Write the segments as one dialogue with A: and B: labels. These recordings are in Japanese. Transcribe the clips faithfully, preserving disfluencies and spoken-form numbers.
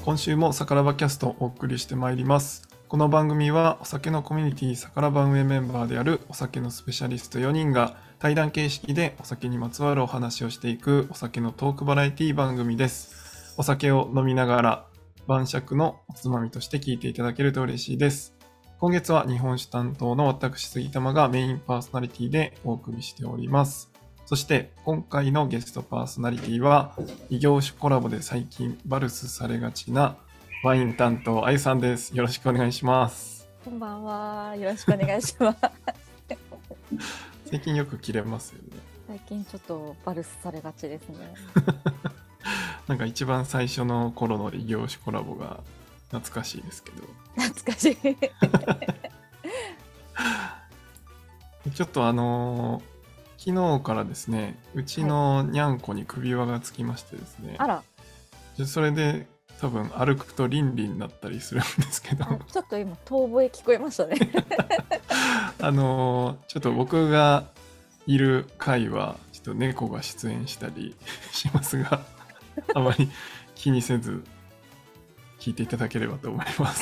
A: 今週もサカラバキャストをお送りしてまいります。この番組はお酒のコミュニティサカラバ運営メンバーであるお酒のスペシャリストよにんが対談形式でお酒にまつわるお話をしていくお酒のトークバラエティ番組です。お酒を飲みながら晩酌のおつまみとして聞いていただけると嬉しいです。今月は日本酒担当の私杉玉がメインパーソナリティでお送りしております。そして今回のゲストパーソナリティは異業種コラボで最近バルスされがちなワイン担当あゆさんです。よろしくお願いします。
B: こんばんは。よろしくお願いします。
A: 最近よく切れますよね。
B: 最近ちょっとバルスされがちですね。
A: なんか一番最初の頃の異業種コラボが懐かしいですけど。
B: 懐かしい。
A: ちょっとあのー昨日からですね、うちのにゃんこに首輪がつきましてですね、
B: あら、
A: それで多分歩くとリンリンだったりするんですけど、
B: あちょっと今遠吠え聞こえましたね。
A: あのーちょっと僕がいる回はちょっと猫が出演したりしますが、あまり気にせず聞いていただければと思います。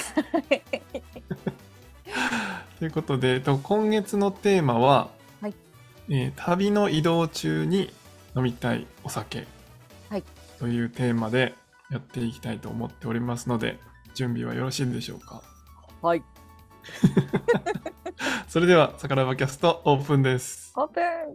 A: ということで、えっと今月のテーマは、
B: はい
A: えー旅の移動中に飲みたいお酒
B: はい
A: というテーマでやっていきたいと思っておりますので、準備はよろしいでしょうか。
B: はい。
A: それではサカラバキャストオープンです。
B: オープン。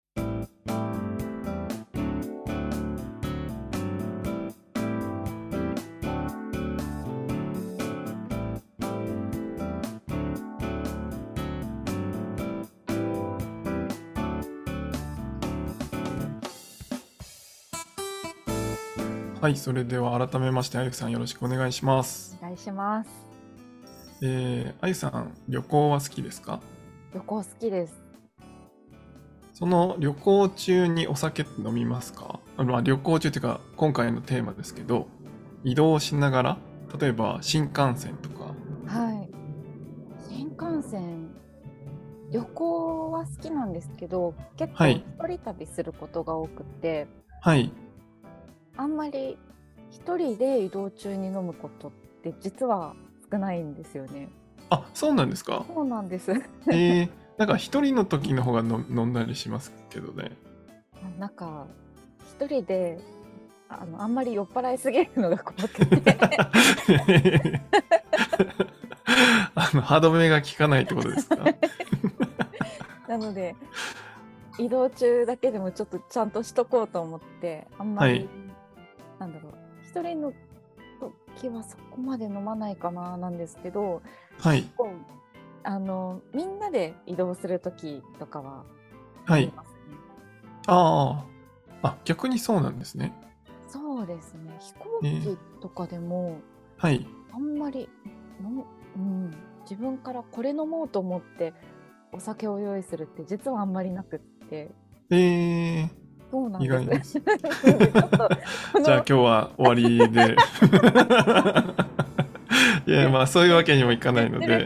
A: はい、それでは改めましてあゆさんよろしくお願いします。
B: お願いします。
A: えー、あゆさん旅行は好きですか？
B: 旅行好きです。
A: その旅行中にお酒って飲みますか？あのまあ旅行中っていうか今回のテーマですけど、移動しながら例えば新幹線とか。
B: はい。新幹線、旅行は好きなんですけど、結構
A: はい
B: 一人旅することが多くて、
A: はい
B: あんまり一人で移動中に飲むことって実は少ないんですよね。
A: あ、そうなんですか？
B: そうなんです。
A: えー、なんか一人の時の方がの飲んだりしますけどね。
B: なんか一人であのあんまり酔っ払いすぎるのが怖くて
A: あの歯止めが効かないってことですか？
B: なので移動中だけでもちょっとちゃんとしとこうと思ってあんまり、
A: はい
B: なんだろう、一人の時はそこまで飲まないかななんですけど、
A: はい
B: こうあのみんなで移動する時とかは
A: はい
B: 飲みますね。
A: あああ逆にそうなんですね。
B: そうですね。飛行
A: えー
B: 機とかでも
A: はい
B: あんまりの、うん、自分からこれ飲もうと思ってお酒を用意するって実はあんまりなくって、
A: えー、
B: そうなん
A: 意外
B: で。
A: ですす。
B: なのでちょっとこ
A: じゃあ今
B: の
A: 日は終わりでいやまあそういうわけにもいかないので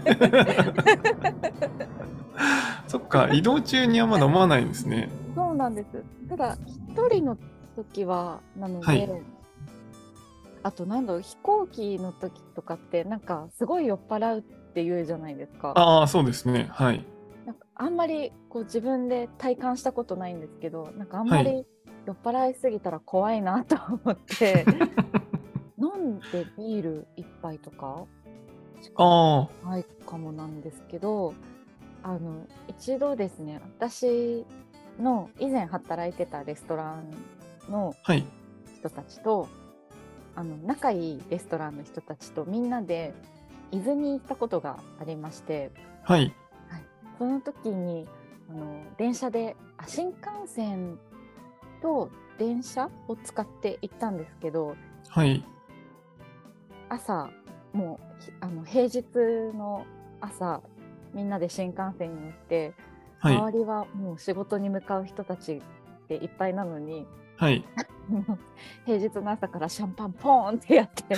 A: そっか移動中にあんま飲まないんですね。
B: そうなんです。ただ一人の時はなので、
A: はい
B: あとなんだろう、飛行機の時とかってなんかすごい酔っ払うって言うじゃないですか。
A: ああそうですねはい
B: なんかあんまりこう自分で体感したことないんですけど、なんかあん
A: はい
B: まり酔っ払いすぎたら怖いなと思って飲んでビール一杯とかしか
A: ああ
B: ないかもなんですけど、あの一度ですね、私の以前働いてたレストランの
A: はい
B: 人たちと、あの仲いいレストランの人たちとみんなで伊豆に行ったことがありまして、
A: はい
B: はい、その時にあの電車であ新幹線と電車を使って行ったんですけど、
A: はい
B: 朝もうひあの平日の朝みんなで新幹線に乗って、
A: はい
B: 周りはもう仕事に向かう人たちでいっぱいなのに
A: はい
B: 平日の朝からシャンパンポーンってやってね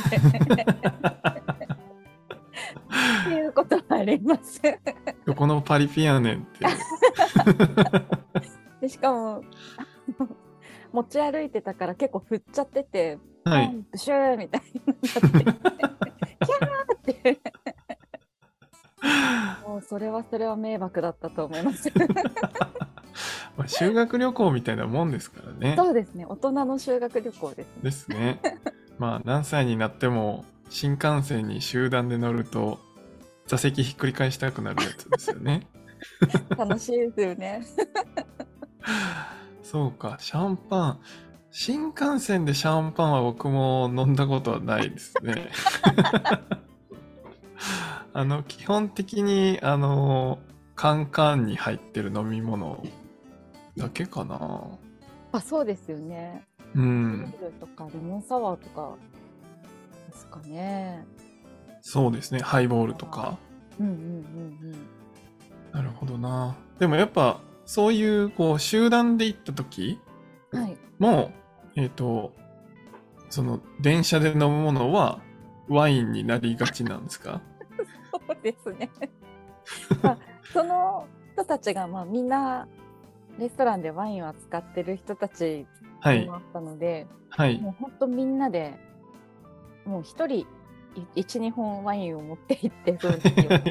B: っていうことがあります
A: どこのパリピやねんって
B: でしかも持ち歩いてたから結構振っちゃってて、
A: はい。
B: ポンプシューみたいになってキャーってもうそれはそれは迷惑だったと思います。
A: まあ、修学旅行みたいなもんですからね。
B: そうですね、大人の修学旅行ですね。
A: ですね。まあ何歳になっても新幹線に集団で乗ると座席ひっくり返したくなるやつですよね。
B: 楽しいですよね。
A: そうか、シャンパン。新幹線でシャンパンは僕も飲んだことはないですね。あの、基本的に、あの、カンカンに入ってる飲み物だけかな。
B: あ、そうですよね。
A: う
B: ビ
A: ん。
B: ールとかレモンサワーとかですかね。
A: そうですね。ハイボールとか。
B: うんうんうん
A: なるほどな。でもやっぱ、そういう、こう、集団で行った時
B: うん。はい。
A: も、えっと、その、電車で飲むものは、ワインになりがちなんですか？
B: そうですね。まあ、その人たちが、まあ、みんなレストランでワインを扱ってる人たち
A: はい。
B: でもあったので、
A: はい。
B: もう本当みんなでもう一人いち、にほんワインを持って行って、その時は。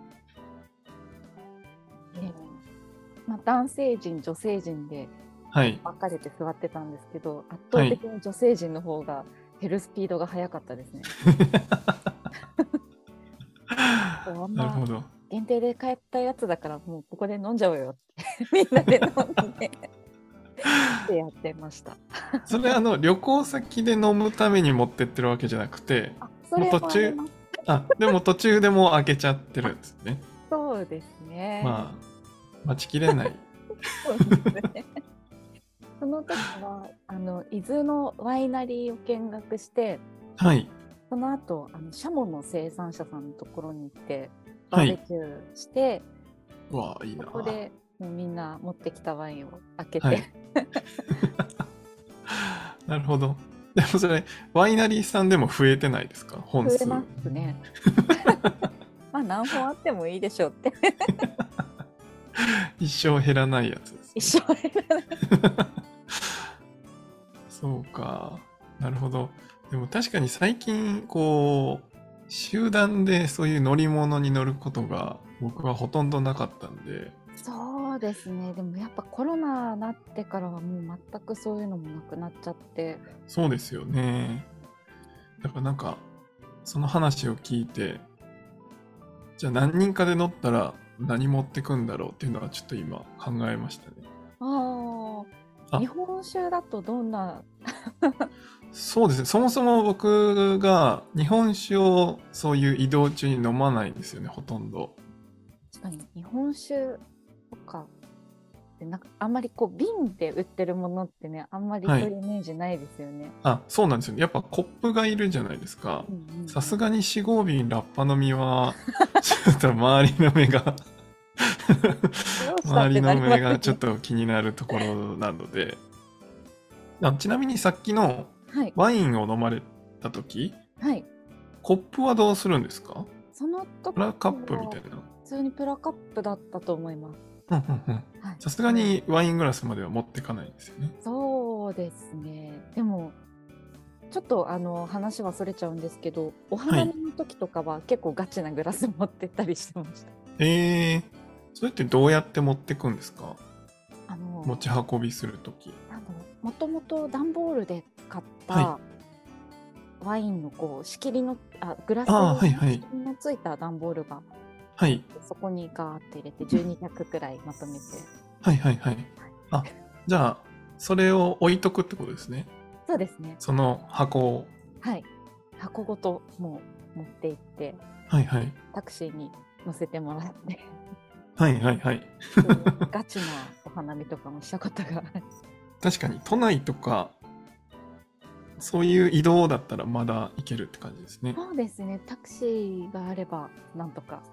B: えーまあ、男性陣、女性陣で
A: はい。
B: 分かれて座ってたんですけど、圧
A: はい。
B: 倒的に女性陣の方が減るスピードが速かったですね。あんま
A: なるほど。
B: 限定で買ったやつだからもうここで飲んじゃおうよってみんなで飲んでってやってました。
A: それあの旅行先で飲むために持ってってるわけじゃなくて、
B: あ、そ
A: もう
B: れ
A: 途中、
B: もあります。
A: あ、でも途中でもう開けちゃってる
B: あ、
A: んですね。
B: そうですね。
A: まあ、待ちきれない。
B: そうですね。その時はあの伊豆のワイナリーを見学して、
A: はい。
B: その後あのシャモの生産者さんのところに行ってバーベ
A: はい。
B: キューして、
A: うわあ、いいな。
B: そこでもうみんな持ってきたワインを開けて、
A: はい。なるほど。でもそれ、ワイナリーさんでも増えてないですか？本数。
B: 増えますね。まあ何本あってもいいでしょうって
A: 一生減らないやつですね。
B: 一生いらない。
A: そうか。なるほど。でも確かに最近、こう、集団でそういう乗り物に乗ることが僕はほとんどなかったんで、
B: そうですね。でもやっぱコロナになってからはもう全くそういうのもなくなっちゃって。
A: そうですよね。だからなんか、その話を聞いて、じゃあ何人かで乗ったら何持ってくんだろうっていうのはちょっと今考えましたね。
B: ああ、日
A: あ、
B: 本酒だとどんな、
A: そうですね。そもそも僕が日本酒をそういう移動中に飲まないんですよね、ほとんど。
B: 確かに日本酒とかってなんかあんまりこう瓶で売ってるものってね、あんまり
A: はい。
B: そういうイメージないですよね。
A: あ、そうなんですよね。やっぱコップがいるじゃないですか。
B: うんうんうん。
A: さすがによん、ご瓶ラッパ飲みは、ちょっと周りの目が
B: どうしたっ
A: 周り
B: てなりま
A: の目がちょっ
B: すよね。
A: と気になるところなので。あ、ちなみにさっきの
B: はい
A: ワインを飲まれた時、
B: はい。
A: コップはどうするんですか？
B: その時
A: プラカップみた
B: は
A: いな。
B: 普通にプラカップだったと思います。
A: うんうんうん。
B: はい。
A: さすが
B: もう
A: にワイングラスまでは持ってかないんですよね。
B: そうですね。でもちょっとあの話はそれちゃうんですけど、お
A: はい。
B: 花見の時とかは結構ガチなグラス持ってったりしてました。
A: えー、それってどうやって持ってくんですか？
B: あの
A: 持ち運びするとき。
B: なんだろう、もともと段ボールで買っ
A: はい。
B: たワインのこう仕切りのあグラス
A: ああ、
B: 用の
A: はいはい。
B: 仕切りのついた段ボールが
A: はい。
B: あって、そこにガーって入れてじゅうにひゃくくらいまとめて、
A: はいはいはい。
B: はい、
A: あ、じゃあ、それを置いとくってことですね。
B: そうですね。
A: その箱を。
B: はい。箱ごともう持って行って
A: はいはい。
B: タクシーに乗せてもらって
A: はいはいはい。
B: そういうガチなお花見とかもしたことがある。
A: 確かに都内とか、そういう移動だったらまだ行けるって感じですね。
B: そうですね。タクシーがあればなんとか。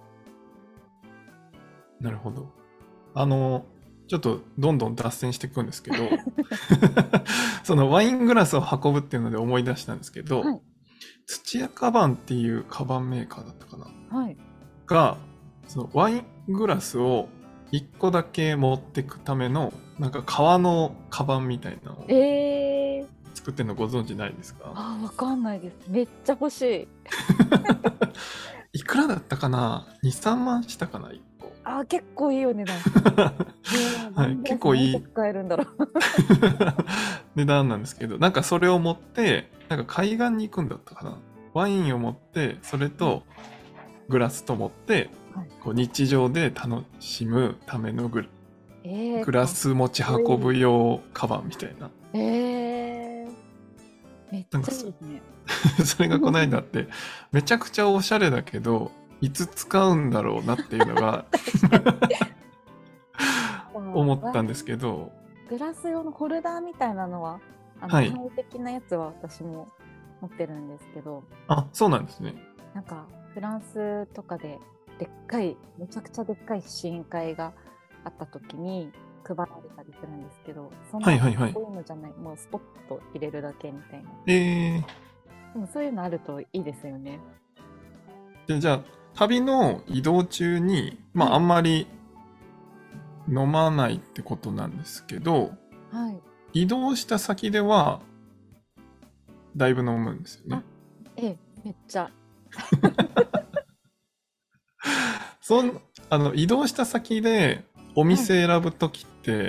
A: なるほど。あの、ちょっとどんどん脱線していくんですけど、そのワイングラスを運ぶっていうので思い出したんですけど、
B: はい
A: 土屋カバンっていうカバンメーカーだったかな
B: はい。
A: が、そのワイングラスをいっこだけ持ってくための、なんか革のカバンみたいなのを
B: えー、
A: 作ってるのご存知ないですか？
B: あー、わかんないです。めっちゃ欲しい。
A: いくらだったかな？ に、さんまんしたかな、いっこ。
B: あー、結構いいお値段。えー、ワ
A: はい、
B: イングラス
A: 結構いい
B: 何個使えるんだろう。
A: 値段なんですけど、なんかそれを持って、なんか海岸に行くんだったかな。ワインを持って、それとグラスと持って、
B: はい、
A: こう日常で楽しむためのグ
B: えー、
A: グラス持ち運ぶ用カバンみたいな。
B: えー、めっ
A: なんかそ
B: ちゃいいですね。
A: それがこの間あって、めちゃくちゃおしゃれだけど、いつ使うんだろうなっていうのが思ったんですけど、
B: グラス用のホルダーみたいなのは、あの
A: はい。
B: 簡易的なやつは私も持ってるんですけど、
A: あ、そうなんですね。
B: なんかフランスとかででっかい、めちゃくちゃでっかい試飲会があった時に配られたりするんですけど、そんな
A: はいはいはい。
B: こういうのじゃない、もうスポッと入れるだけみたいな。
A: えー、
B: でもそういうのあるといいですよね。
A: で、じゃあ、旅の移動中に、まあ、
B: はい
A: あんまり飲まないってことなんですけど、
B: はい。
A: 移動した先では、だいぶ飲むんですよね。
B: あ、ええ、めっちゃ。
A: そん、あの、移動した先でお店選ぶときって、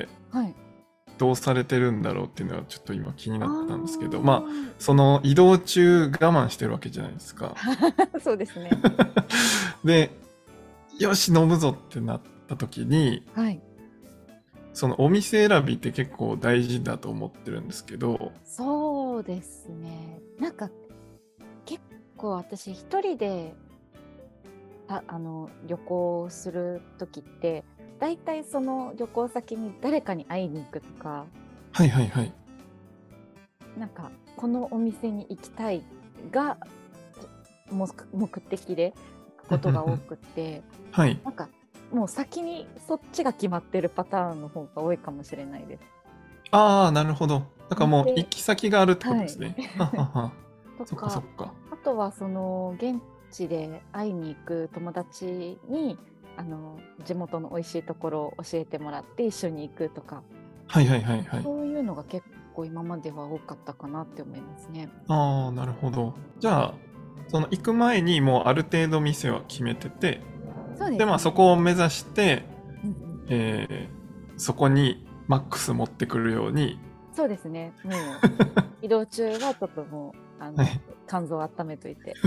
B: はい。
A: どうされてるんだろうっていうのはちょっと今気になったんですけど、
B: あ
A: まあ、その移動中我慢してるわけじゃないですか。
B: あ、そうですね。
A: で、よし、飲むぞってなった時に、
B: はい。
A: そのお店選びって結構大事だと思ってるんですけど、
B: そうですね。なんか結構私一人でああの旅行する時ってだいたいその旅行先に誰かに会いに行くとか、
A: はいはいはい。
B: なんかこのお店に行きたいが目目的で行くことが多くって
A: はい。
B: なんかもう先にそっちが決まってるパターンの方が多いかもしれないです。
A: ああ、なるほど。だからもう
B: で、
A: 行き先があるってこと
B: はい
A: ですね。ははは。
B: と
A: そっかそっ
B: か、
A: か。
B: あとはその現地で会いに行く友達にあの地元の美味しいところを教えてもらって一緒に行くとか、
A: はいはいはいはい。
B: そういうのが結構今までは多かったかなって思いますね。
A: ああ、なるほど。じゃあ、その行く前にもうある程度店は決めてて、で、
B: そうですね。
A: まあそこを目指して、
B: うんうん、
A: えーそこにマックス持ってくるように、
B: そうですね。もう移動中はちょっともうあの、
A: はい。
B: 肝臓を温めといて。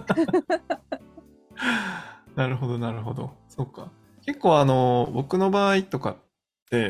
A: なるほど、なるほど。そうか。結構あの、僕の場合とかって、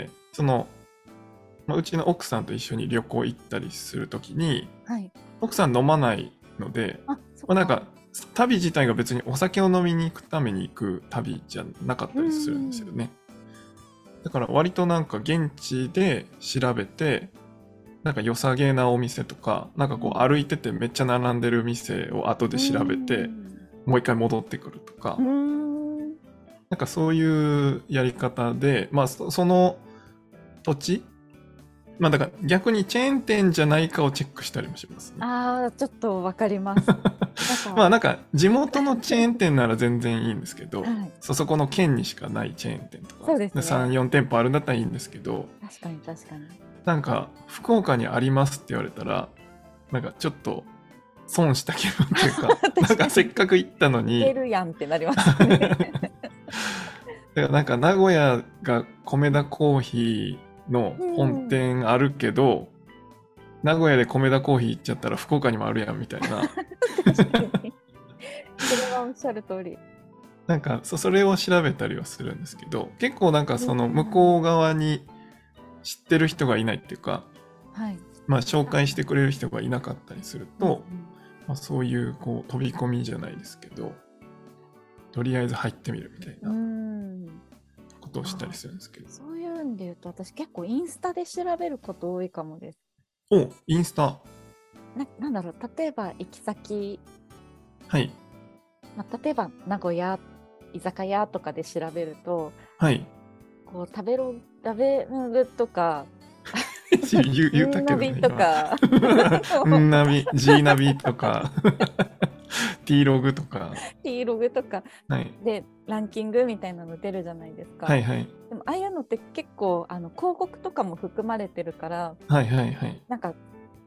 A: その、まあ、うちの奥さんと一緒に旅行行ったりするときに、
B: はい。
A: 奥さん飲まないので、
B: あ、そっ
A: まあ、なん
B: か。
A: か、旅自体が別にお酒を飲みに行くために行く旅じゃなかったりするんですよね。だから割となんか現地で調べて、なんか良さげなお店とか、なんかこう歩いててめっちゃ並んでる店を後で調べて、もう一回戻ってくるとか、
B: うーん。
A: なんかそういうやり方で、まあそその土地、まあだから逆にチェーン店じゃないかをチェックしたりもしますね。
B: ああ、ちょっとわかります。なんか、
A: まあなんか地元のチェーン店なら全然いいんですけど、
B: はい。
A: そそこの県にしかないチェーン店とか、
B: そうですね。
A: さん、よん店舗あるんだったらいいんですけど、
B: 確かに確かに。
A: なんか福岡にありますって言われたら、なんかちょっと損した気分っていうか、なんかせっかく行ったのに、
B: いけるやんってなりますね。
A: だからなんか名古屋が米田コーヒーの本店あるけど、名古屋で米田コーヒー行っちゃったら福岡にもあるやんみたいな。
B: 確かに。それはおっしゃる通り。
A: なんかそそれを調べたりはするんですけど、結構なんかその向こう側に知ってる人がいないっていうか、
B: はい。
A: まあ紹介してくれる人がいなかったりすると、
B: うんうん、
A: まあ、そういうこう飛び込みじゃないですけど、とりあえず入ってみるみたいなことをしたりするんですけど。
B: そういうんで言うと私結構インスタで調べること多いかもです。
A: お、インスタ。
B: な、なんだろう、例えば行き先、
A: はい。
B: まあ、例えば名古屋居酒屋とかで調べると、
A: はい。
B: こう食べロ食べログとか
A: 言う言うたけどね。
B: ナビとか
A: んナビ、G ナビとか、T ログとか。
B: T ログとか
A: はい。
B: でランキングみたいなの出るじゃないですか。
A: はいはい。
B: でもああいうのって結構あの広告とかも含まれてるから、
A: はいはいはい。
B: なんか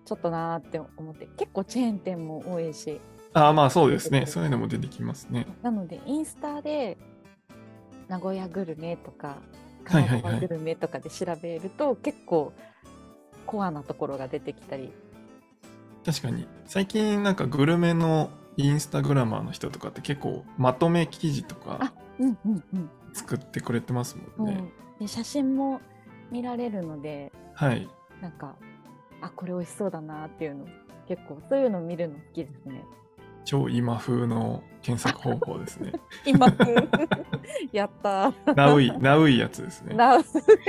B: ちょっとなーって思って、結構チェーン店も多いし、
A: ああ、まあそうですね。
B: 出てくる。
A: そういうのも出てきますね。
B: なのでインスタで名古屋グルメとか
A: はいはいはい。
B: 金沢グルメとかで調べると結構コアなところが出てきたり。
A: 確かに。最近なんかグルメのインスタグラマーの人とかって結構まとめ記事とか
B: あ、うんうんうん。
A: 作ってくれてますもんね。
B: うん、で写真も見られるので、
A: はい。
B: なんか、あ、これ美味しそうだなっていうの、結構そういうの見るの好きですね。
A: 超今風の検索方法ですね。
B: 今風やったー。
A: ナウイ、ナウイやつですね。
B: な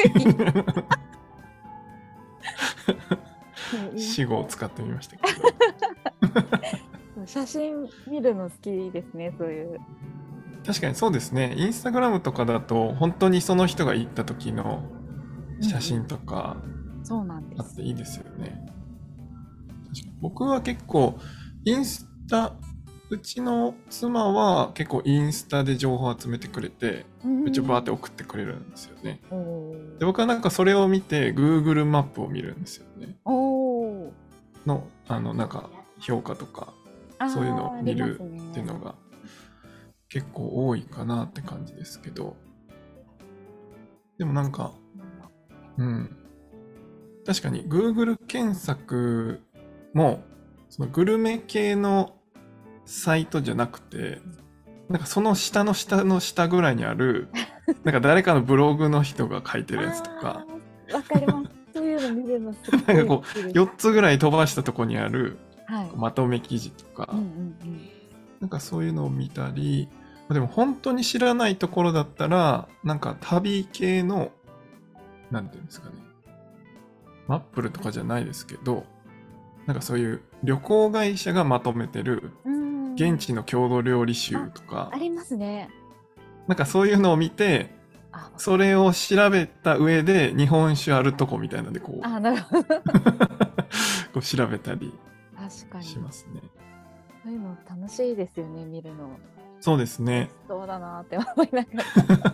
A: 死語を使ってみましたけど。
B: 写真見るの好きですね、そういう。
A: 確かにそうですね。インスタグラムとかだと本当にその人が行った時の写真とか
B: そうなんです。
A: あっていいですよね。確かに僕は結構インスタ、うちの妻は結構インスタで情報を集めてくれて、めっちゃバーって送ってくれるんですよね。で僕はなんかそれを見て Google マップを見るんですよね。
B: おー。
A: の、あのなんか評価とかそういうのを見るっていうのが結構多いかなって感じですけど、でもなんか、うん。確かに Google 検索もそのグルメ系のサイトじゃなくて、なんかその下の下の下ぐらいにある、なんか誰かのブログの人が書いてるやつとか、
B: わかります。そういうの見るのすごい
A: なんかこう、
B: 好きです。
A: よっつぐらい飛ばしたとこにある、
B: はい。
A: まとめ記事とか、
B: うんうんうん。
A: なんかそういうのを見たり、でも本当に知らないところだったら、なんか旅系の、なんていうんですかね、マップルとかじゃないですけど、なんかそういう旅行会社がまとめてる現地の郷土料理集とか、
B: ありますね。
A: なんかそういうのを見て、それを調べた上で日本酒あるとこみたいなのでこう、
B: あ、なるほど。
A: こう調べたり
B: 確かに。
A: しますね。
B: そういうの楽しいですよね、見るの。
A: そうですね。
B: そうだなって思いながら。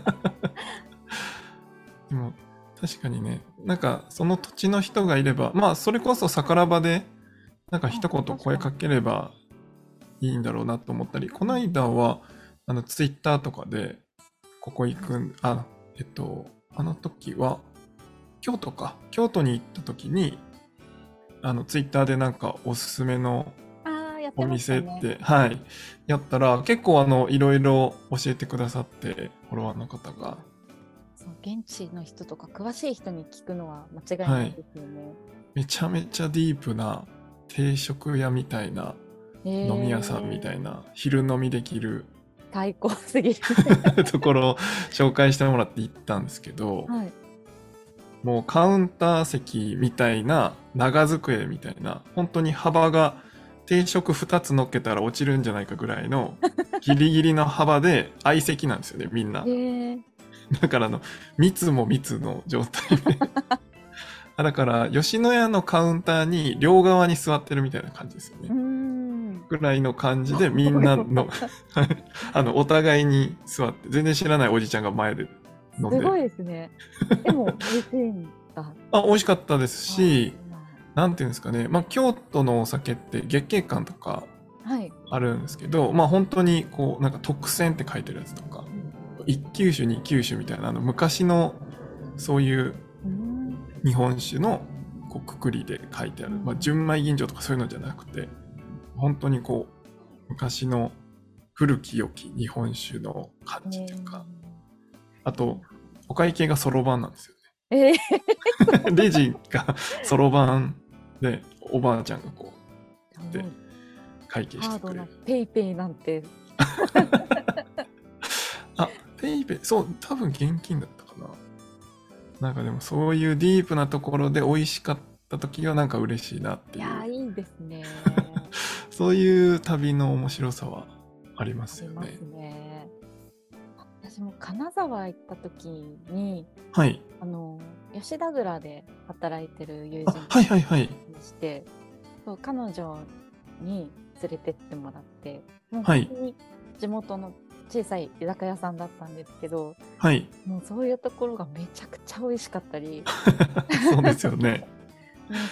A: でも確かにね、なんかその土地の人がいれば、まあそれこそ宝場でなんか一言声かければいいんだろうなと思ったり、この間はあのツイッターとかでここ行くん、あ、えっと、あの時は京都か、京都に行った時にあのツイッターでなんかおすすめのお店って、はい、やったら結構あのいろいろ教えてくださって、フォロワーの方が。
B: そう、現地の人とか詳しい人に聞くのは間違いないですよね。
A: はい、めちゃめちゃディープな定食屋みたいな、飲み屋さんみたいな、昼飲みできる
B: 最高すぎる
A: ところを紹介してもらって行ったんですけど、はい、もうカウンター席みたいな長机みたいな、本当に幅が定食ふたつ乗っけたら落ちるんじゃないかぐらいのギリギリの幅で相席なんですよね、みんな。だからの密も密の状態でだから吉野家のカウンターに両側に座ってるみたいな感じですよね。ぐらいの感じでみんなのあのお互いに座って、全然知らないおじちゃんが前で飲んで。
B: すごいですね。でも美味しいんだ。
A: あ、美味しかったですし、なんていうんですかね、まあ京都のお酒って月桂冠とかあるんですけど、はい、まあ本当にこうなんか特選って書いてるやつとか、いっ級酒に級酒みたいな、あの昔のそういう日本酒のこうくくりで書いてある、まあ、純米吟醸とかそういうのじゃなくて、本当にこう昔の古き良き日本酒の感じというか、あとお会計がそろばんなんですよね。えー、レジがそろばんでおばあちゃんがこうで会計してくれる。
B: ペイペイなんて
A: あ、ペイペイ、そう多分現金だったかな。なんかでもそういうディープなところで美味しかった時はなんか嬉しいなっていう。
B: いや、いいですね。
A: そういう旅の面白さはありますよね。
B: ありますね。私も金沢行った時に、
A: はい、
B: あの吉田蔵で働いてる友人
A: がはいはいはい
B: して、そう彼女に連れてってもらって、もう
A: はい、
B: 本当に地元の小さい居酒屋さんだったんですけど、
A: はい、
B: もうそういうところがめちゃくちゃ美味しかったり
A: そうですよね。
B: もう最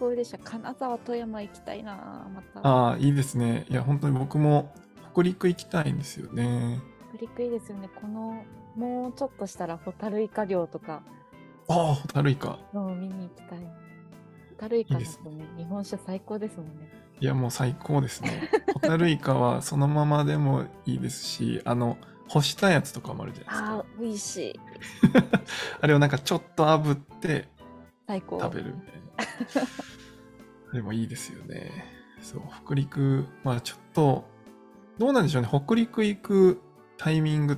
B: 高でした。金沢、富山行きたいな、また。
A: ああ、いいですね。いや、本当に僕も北陸行きたいんですよね。
B: 北陸いいですよね。この、もうちょっとしたらホタルイカ漁とか
A: ああ、ホタルイカ。
B: のを見に行きたい。ホタルイカだ
A: いいです
B: とね、日本酒最高ですもんね。
A: いや、もう最高ですね。ホタルイカはそのままでもいいですし、あの、干したやつとかもあるじゃないですか。
B: ああ、美味しい。
A: あれをなんかちょっと炙って
B: 最高。
A: 食べるみたいな。あれもいいですよね。そう、北陸、まあちょっと、どうなんでしょうね。北陸行くタイミングって、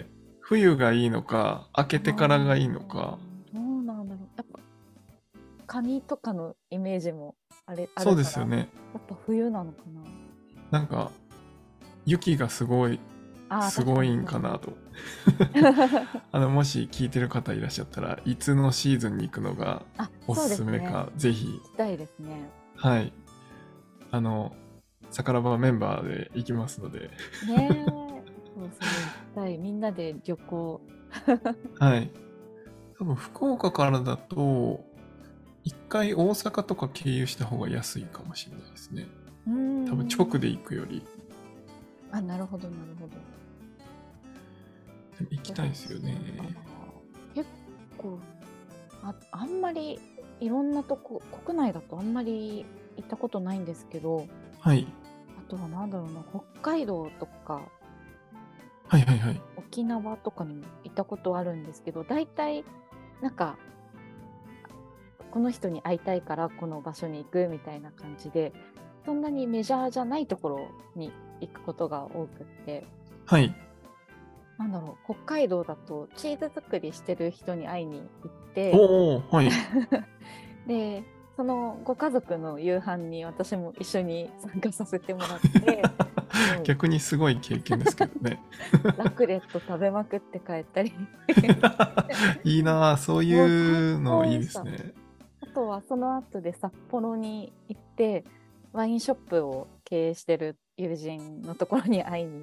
A: 冬がいいのか、明けてからがいいのか。
B: どうなんだろう。やっぱ、カニとかのイメージもあれ、あ
A: そう
B: るから、
A: ですよね。
B: やっぱ冬なのか
A: なんか、雪がすごい、
B: な。ああ、
A: すごいん
B: 確かに。
A: かなと。あの、もし聞いてる方いらっしゃったらいつのシーズンに行くのが
B: あ、
A: お
B: そうですね。
A: すすめか、ぜひ、
B: 行きたいですね。
A: はい、あの、さからばメンバーで行きますので、
B: ねえ。そうそう、行きたい。みんなで旅行。
A: はい。多分福岡からだと、一回大阪とか経由した方が安いかもしれないですね。
B: うーん。
A: 多分直で行くより。
B: あ、なるほど、なるほど。
A: でも行きたいですよね。
B: 結構あ、あんまりいろんなとこ、国内だとあんまり行ったことないんですけど、
A: はい。
B: あとはなんだろうな、北海道とか
A: はいはいはい。
B: 沖縄とかにも行ったことあるんですけど、大体なんかこの人に会いたいからこの場所に行くみたいな感じで、そんなにメジャーじゃないところに行くことが多くって、
A: はい。
B: なんだろう、北海道だとチーズ作りしてる人に会いに行って、
A: おお、はい。
B: で、そのご家族の夕飯に私も一緒に参加させてもらって、もう
A: 逆にすごい経験ですけどね。
B: ラクレット食べまくって帰ったり。
A: いいなあ、そう
B: もう
A: いうのいい
B: 最高でした。
A: ですね。
B: あとはその後で札幌に行って、ワインショップを経営してる友人のところに会いに行って、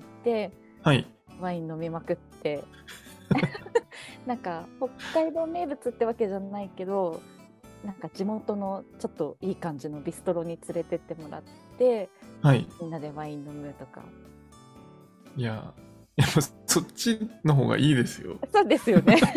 A: はい。
B: ワイン飲みまくって、なんか北海道名物ってわけじゃないけど、なんか地元のちょっといい感じのビストロに連れてってもらって、
A: はい。
B: みんなでワイン飲むとか。
A: いや、やっぱそっちの方がいいですよ。
B: そうですよね。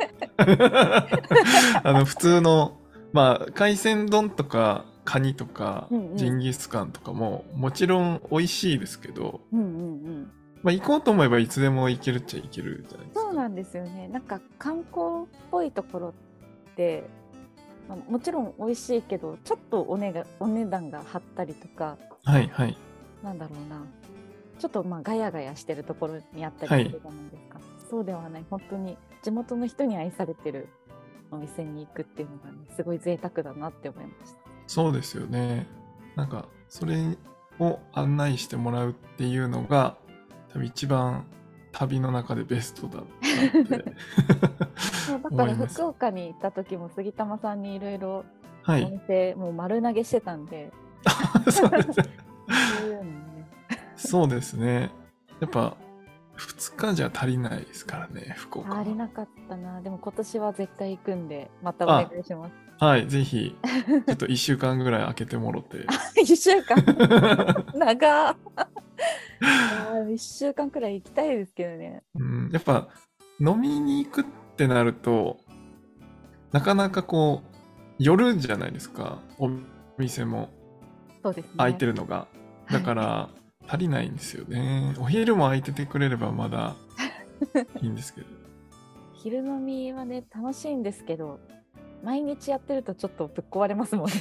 A: あの、普通の、まあ、海鮮丼とか、カニとか、
B: うんうん
A: ジンギスカンとかも、もちろん美味しいですけど、
B: うんうんうん。
A: まあ、行こうと思えばいつでも行けるっちゃ行けるじゃないですか。
B: そうなんですよね。なんか観光っぽいところって、まあ、もちろん美味しいけど、ちょっとお,、ね、がお値段が張ったりとか、
A: はいはい。
B: なんだろうな、ちょっとまあガヤガヤしてるところにあった
A: はい
B: りするじゃないですか。そうではない、本当に地元の人に愛されてるお店に行くっていうのがね、すごい贅沢だなって思いました。
A: そうですよね。なんか、それを案内してもらうっていうのが、多分一番旅の中でベストだなって
B: そうだから
A: 思います。
B: 福岡に行った時も杉玉さんにいろいろお
A: はい。
B: 店もう丸投げしてたんで、
A: そうです。
B: そういうのね。
A: そうですね。やっぱ、ふつかじゃ足りないですからね、福岡は。
B: 足りなかったな。でも今年は絶対行くんで、またお願
A: あ、
B: いします。
A: はい、ぜひ、ちょっといっしゅうかんぐらい空けてもろて。
B: いっしゅうかん長っ。いっしゅうかんくらい行きたいですけどね。
A: うん、やっぱ、飲みに行くってなると、なかなかこう、夜じゃないですか、お店も
B: そうですね。
A: 空いてるのが。だから、足りないんですよね。お昼も空いててくれればまだいいんですけど。
B: 昼飲みはね、楽しいんですけど、毎日やってるとちょっとぶっ壊れますもんね。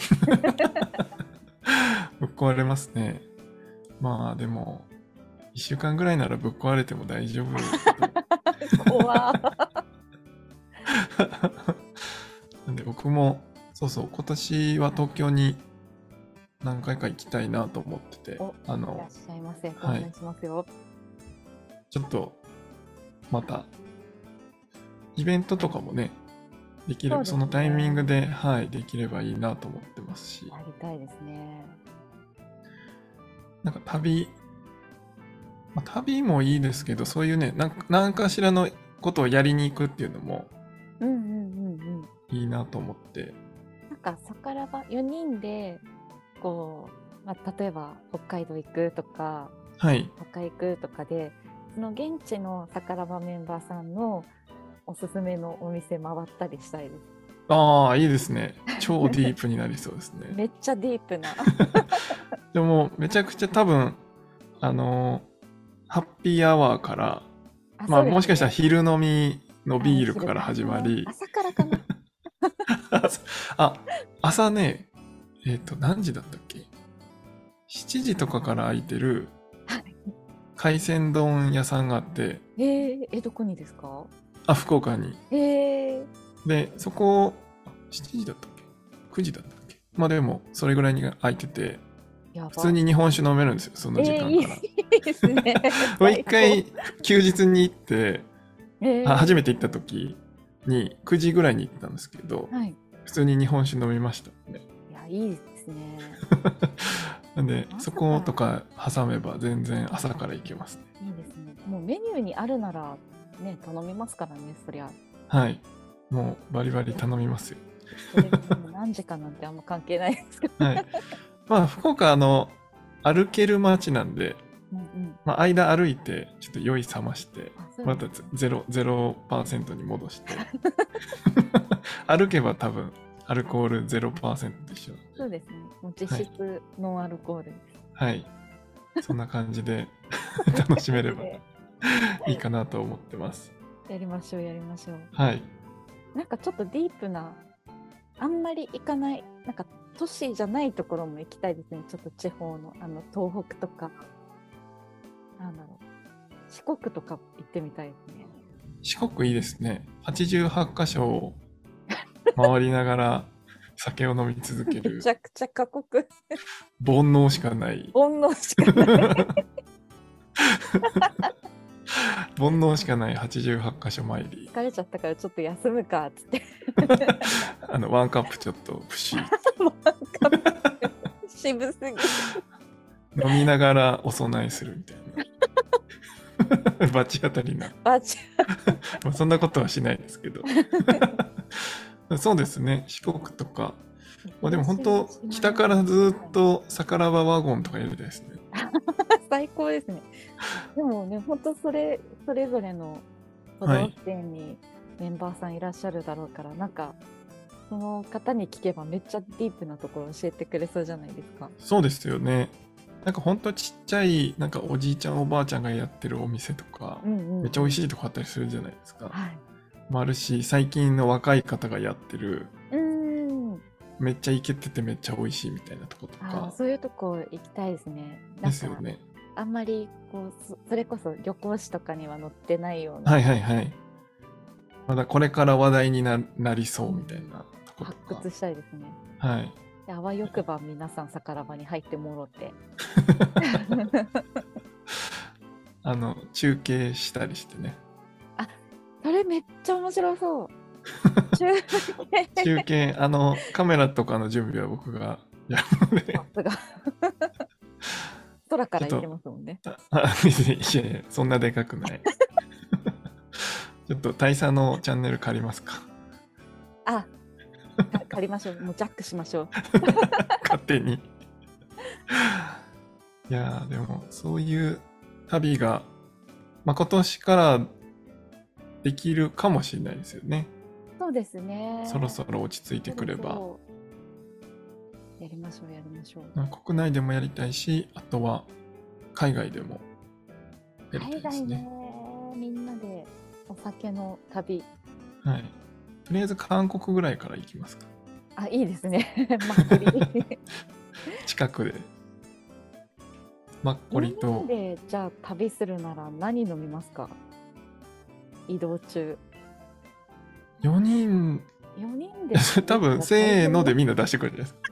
A: ぶっ壊れますね。まあでも、いっしゅうかんぐらいならぶっ壊れても大丈夫。
B: 怖っ。
A: なんで僕も、そうそう、今年は東京に何回か行きたいなと思ってて、
B: お、
A: あ
B: いらっ
A: の、
B: しゃいませ。ご
A: はい
B: 案内しますよ。
A: ちょっと、また、イベントとかもね、できれば、
B: そうですね
A: そのタイミングで、はい、できればいいなと思ってますし、
B: やりたいですね。
A: なんか旅、まあ、旅もいいですけど、そういうね、なんか何かしらのことをやりに行くっていうのも
B: うんうんうんうん。
A: いいなと思って、
B: なんか宝場よにんでこう、まあ、例えば北海道行くとか
A: はい。
B: 他行くとかで、その現地の宝場メンバーさんのおすすめのお店回ったりしたいです。
A: ああ、いいですね。超ディープになりそうですね。
B: めっちゃディープな。
A: でも、めちゃくちゃ多分、あのーハッピーアワーから、まあ、
B: あそうですね
A: もしかしたら昼飲みのビール
B: あ
A: から始まり、
B: 朝からかな。
A: あ、朝ね、えっと、何時だったっけ ?しち 時とかから空いてる
B: はい
A: 海鮮丼屋さんがあって、
B: えー、えどこにですか？
A: あ、福岡に。
B: えー、
A: で、そこ、しちじだったっけ ?く 時だったっけまあでも、それぐらいに空いてて、
B: やば。
A: 普通に日本酒飲めるんですよ、その時
B: えー、いい
A: 間から。
B: ですね。
A: もう一回、休日に行って、
B: えー、
A: あ初めて行った時にくじぐらいに行ったんですけど、
B: はい。
A: 普通に日本酒飲みましたね。
B: いや、いいですね。
A: なんで、
B: 朝
A: そことか挟めば全然朝から行けますね。
B: いいですね。もうメニューにあるなら、ね、頼みますからね、そりゃ。
A: はい。もうバリバリ頼みますよ。
B: それがもう何時かなんてあんま関係ないですけど。
A: はい。まあ、福岡、あの、歩ける街なんで、
B: うんうん。
A: まあ、間歩いて、ちょっと酔い覚まして、
B: あそう
A: また
B: ですね
A: ゼロ、ゼロパーセントに戻して。歩けば多分、アルコールゼロパーセントで一緒なんで。
B: そうですね。もう実質ノンアルコールです。
A: はい。そんな感じで楽しめれば
B: で
A: いいかなと思ってます。
B: やりましょう、やりましょう。
A: はい。
B: なんかちょっとディープな、あんまり行かない、なんか都市じゃないところも行きたいですね。ちょっと地方の、あの、東北とか、なんだろう、四国とか行ってみたいですね。
A: 四国いいですね。はちじゅうはち箇所を回りながら酒を飲み続け
B: め
A: る
B: ちゃくちゃ過酷。
A: 煩悩しかない
B: 煩悩しかない。
A: 煩悩しかないはちじゅうはち箇所参り。
B: 疲れちゃったからちょっと休むかっつって。
A: あのワンカップちょっとプシー
B: 渋すぎ。
A: 飲みながらお供えするみたいな。罰当たりな。
B: バチ
A: まあそんなことはしないですけど。そうですね。四国とか。まあ、でも本当、北からずっと宝場ワゴンとかやりたいですね。
B: 最高ですね。でもね、本当それ、それぞれの都道府県にメンバーさんいらっしゃるだろうから、はい、なんか、その方に聞けばめっちゃディープなところ教えてくれそうじゃないですか。
A: そうですよね。なんかほんとちっちゃい、なんかおじいちゃんおばあちゃんがやってるお店とか、うんうんうん、めっちゃ美味しいとこあったりするじゃないですか。はい。もあるし、最近の若い方がやってる、うんめっちゃイケててめっちゃ美味しいみたいなとことか。
B: あそういうとこ行きたいですね。
A: ですよね。
B: あんまりこうそれこそ旅行誌とかには載ってないような。
A: はいはいはい。まだこれから話題に な, なりそうみたいなところとか。
B: 発掘したいですね。
A: はい。
B: であわよくば皆さん宝場に入ってもろって
A: あの中継したりしてね。
B: あそれめっちゃ面白そう。
A: 中継中継あのカメラとかの準備は僕がやるので。さすが。
B: 空から行けますもんね。
A: いやいやそんなでかくない。ちょっと大佐のチャンネル借りますか。
B: あ借りましょう。もうジャックしましょう。
A: 勝手に。いやでもそういう旅が、まあ、今年からできるかもしれないですよね。
B: そうですね。
A: そろそろ落ち着いてくれば。
B: やりましょうやりましょう。
A: 国内でもやりたいし、あとは海外でもやりたいですね。
B: 海外ね、みんなでお酒の旅。
A: はい。とりあえず韓国ぐらいから行きますか。
B: あ、いいですね。マッコリ。
A: 近くで。マッコリと。
B: みんなでじゃあ旅するなら何飲みますか？移動中。
A: よにん。
B: よにんで。
A: 多分せーのでみんな出してくるじゃないですか。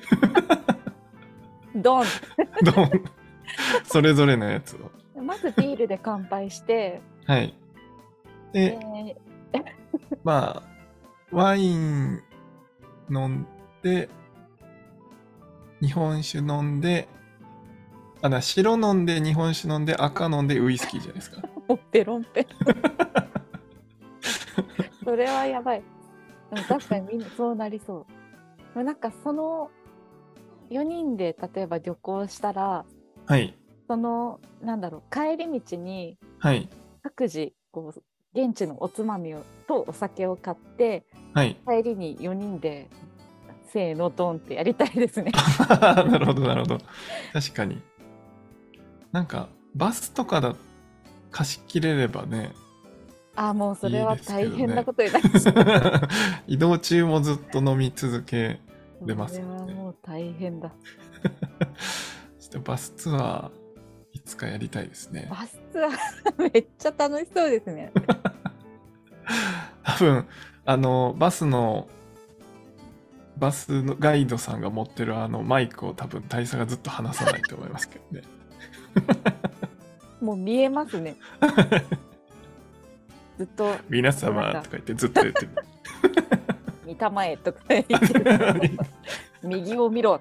B: ドン
A: ドンそれぞれのやつを。
B: まずビールで乾杯して。
A: はい。で、えー、まあ、ワイン飲んで、日本酒飲んで、あだ白飲んで日本酒飲んで赤飲んでウイスキーじゃないですか。
B: もうペロンペロン。それはやばい。でも確かにみんなそうなりそう。 もうなんかそのよにんで例えば旅行したら、
A: はい
B: そのなんだろう、帰り道に
A: はい
B: 各自こう現地のおつまみをとお酒を買って
A: はい
B: 帰りによにんでせーのドンってやりたいですね。
A: なるほどなるほど。確かになんかバスとかだ貸し切れればね
B: ああ、もうそれ
A: いい
B: は大
A: ですけどね。
B: 変なことになりそう。
A: 移動中もずっと飲み続けれま
B: それは
A: すもんね。
B: もう大変だ。
A: ちょっとバスツアーいつかやりたいですね。
B: バスツアーめっちゃ楽しそうですね。
A: 多分あのバスのバスのガイドさんが持ってるあのマイクを多分大佐がずっと話さないと思いますけどね。
B: もう見えますね。ずっと
A: 皆様とか言ってずっと言ってる。
B: 見たまえとか言って右を見ろ。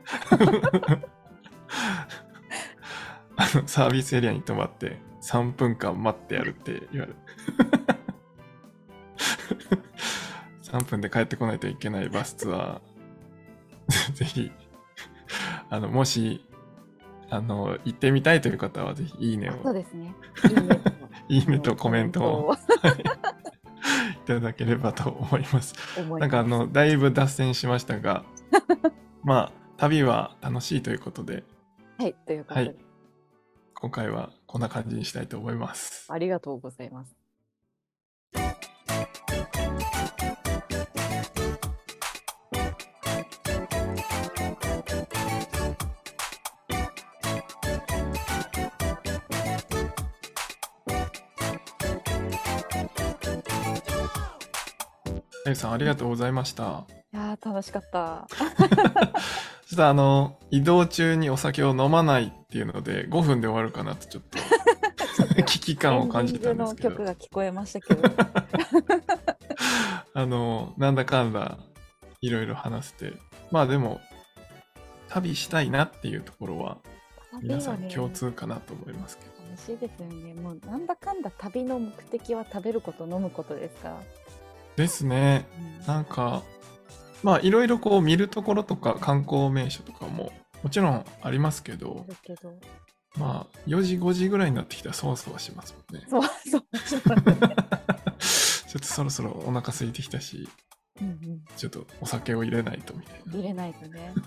A: あのサービスエリアに泊まってさんぷんかん待ってやるって言われる。さんぷんで帰ってこないといけないバスツアーぜひあのもしあの行ってみたいという方はぜひいいねを
B: そうですね。いいねと
A: いいねとコメントを、はい、いただければと思います。
B: 思います。
A: なんかあのだいぶ脱線しましたがまあ旅は楽しいということで、
B: はい、ということで、
A: はい、今回はこんな感じにしたいと思います。
B: ありがとうございます。
A: あゆさんありがとうございました。
B: いやー楽しかった。
A: ちょっとあの移動中にお酒を飲まないっていうのでごふんで終わるかなとちょっと危機感を感じたんですけど、
B: エンディングの曲が聞こえましたけど
A: あのなんだかんだいろいろ話して、まあでも旅したいなっていうところは皆さん共通かなと思いますけど、
B: 楽しいですよね。もうなんだかんだ旅の目的は食べること飲むことですから。
A: ですね。
B: うん、
A: なんかまあいろいろこう見るところとか観光名所とかももちろんありますけど、
B: だけど
A: まあよじごじぐらいになってきたらそわそわしますもんね。
B: そうそうそう
A: ちょっとそろそろお腹空いてきたし、
B: うん、うん、
A: ちょっとお酒を入れないとみたいな。
B: 入れないとね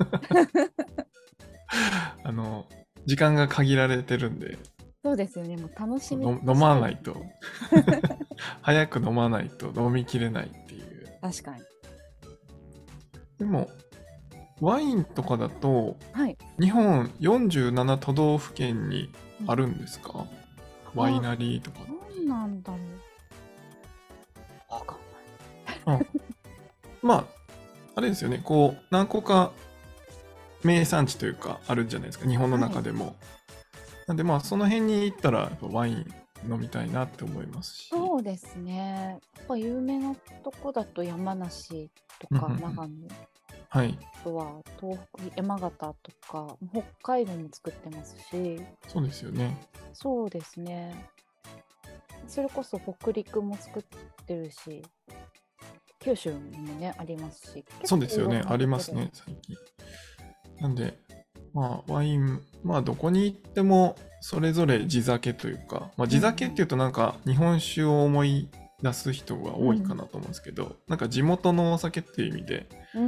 A: あの時間が限られてるんで、
B: そうですよね。もう楽しみ
A: 飲まないと早く飲まないと飲みきれないっていう。
B: 確かに。
A: でもワインとかだと、
B: はい、
A: 日本よんじゅうなな都道府県にあるんですか、うん、ワイナリーとか。
B: 何なんだろう。わかんない。
A: まああれですよね、こう何個か名産地というかあるんじゃないですか、日本の中でも。はい、なんでまあその辺に行ったらワイン飲みたいなって思いますし。
B: そうですね。やっぱ有名なとこだと山梨とか長野、
A: はい、
B: あとは東北、山形とか北海道も作ってますし。
A: そうですよね。
B: そうですね。それこそ北陸も作ってるし、九州にもねありますし。
A: そうですよね、ありますね最近。なんでまあワイン、まあどこに行ってもそれぞれ地酒というか、まあ、地酒っていうとなんか日本酒を思い出す人が多いかなと思うんですけど、うん、なんか地元のお酒っていう意味で、うん、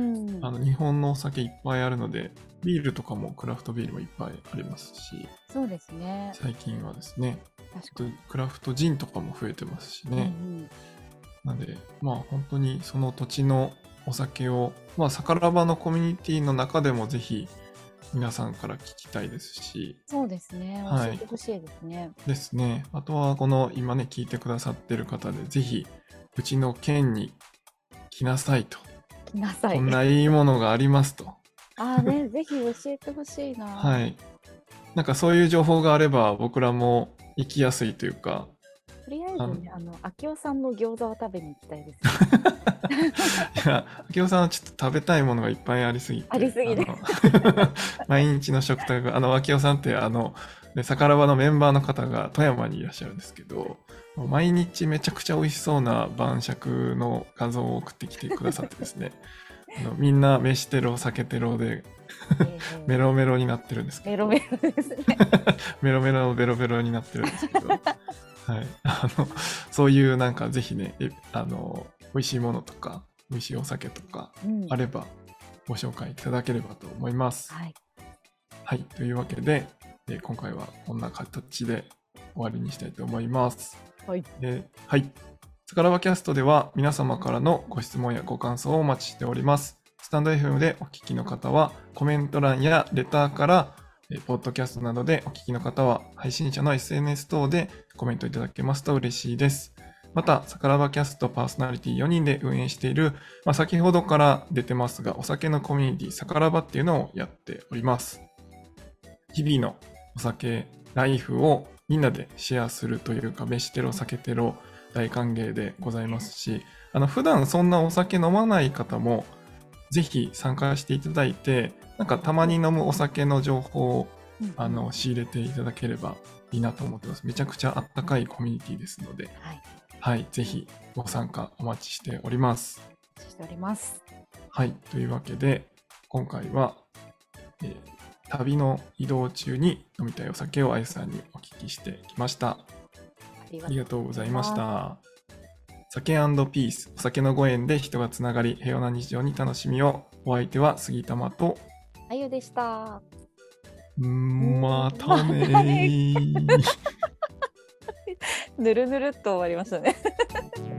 A: あの日本のお酒いっぱいあるので、ビールとかもクラフトビールもいっぱいありますし。
B: そうですね。
A: 最近はですね、
B: 確かに
A: クラフトジンとかも増えてますしね、うんうん、なんでまあ本当にその土地のお酒を、まあ、サカラバのコミュニティの中でもぜひ皆さんから聞きたいですし。
B: そうですね、教えてほしいですね、はい、
A: ですね。あとはこの今ね聞いてくださってる方でぜひうちの県に来なさいと、
B: 来なさい、
A: こんないいものがありますと。
B: ああね、ぜひ教えてほしいな。
A: はい、なんかそういう情報があれば僕らも行きやすいというか。
B: とりあえずね、あの明夫さんの餃子を食べに行きたいです、
A: ね、いや明夫さんはちょっと食べたいものがいっぱいありすぎて、
B: ありすぎて
A: 毎日の食卓が、あの明夫さんってあのサカラバのメンバーの方が富山にいらっしゃるんですけど、毎日めちゃくちゃ美味しそうな晩酌の画像を送ってきてくださってですねあのみんな飯テロ酒テロで
B: ええ
A: メロメロになってるんですけど、
B: メロメロですね。
A: メロメロベロベロになってるんですけど、はい、あのそういうなんかぜひね、えあの美味しいものとか美味しいお酒とか
B: うん
A: あればご紹介いただければと思います。
B: はい。
A: はい、というわけで、えー今回はこんな形で終わりにしたいと思います。
B: はい。
A: えーはい。さからばキャストでは皆様からのご質問やご感想をお待ちしております。スタンド エフエム でお聞きの方はコメント欄やレターから、えーポッドキャストなどでお聞きの方は配信者の エスエヌエス 等でコメントいただけますと嬉しいです。また、さからばキャストパーソナリティよにんで運営している、まあ、先ほどから出てますが、お酒のコミュニティさからばっていうのをやっております。日々のお酒、ライフをみんなでシェアするというか、飯テロ、酒テロ、大歓迎でございますし、あの、普段そんなお酒飲まない方も、ぜひ参加していただいて、なんかたまに飲むお酒の情報をあの仕入れていただければいいなと思ってます。めちゃくちゃあったかいコミュニティですので、
B: はい。
A: はい、ぜひご参加お待ちしております。
B: お待ちしております。
A: はい、というわけで、今回は、えー旅の移動中に飲みたいお酒をあゆさんにお聞きしてきました。
B: あり
A: ありがとうございまし
B: す。
A: た。酒&ピース、お酒のご縁で人がつながり、平和な日常に楽しみを。お相手は杉玉と、
B: あゆでした。
A: またねー。
B: ぬるぬるっと終わりましたね。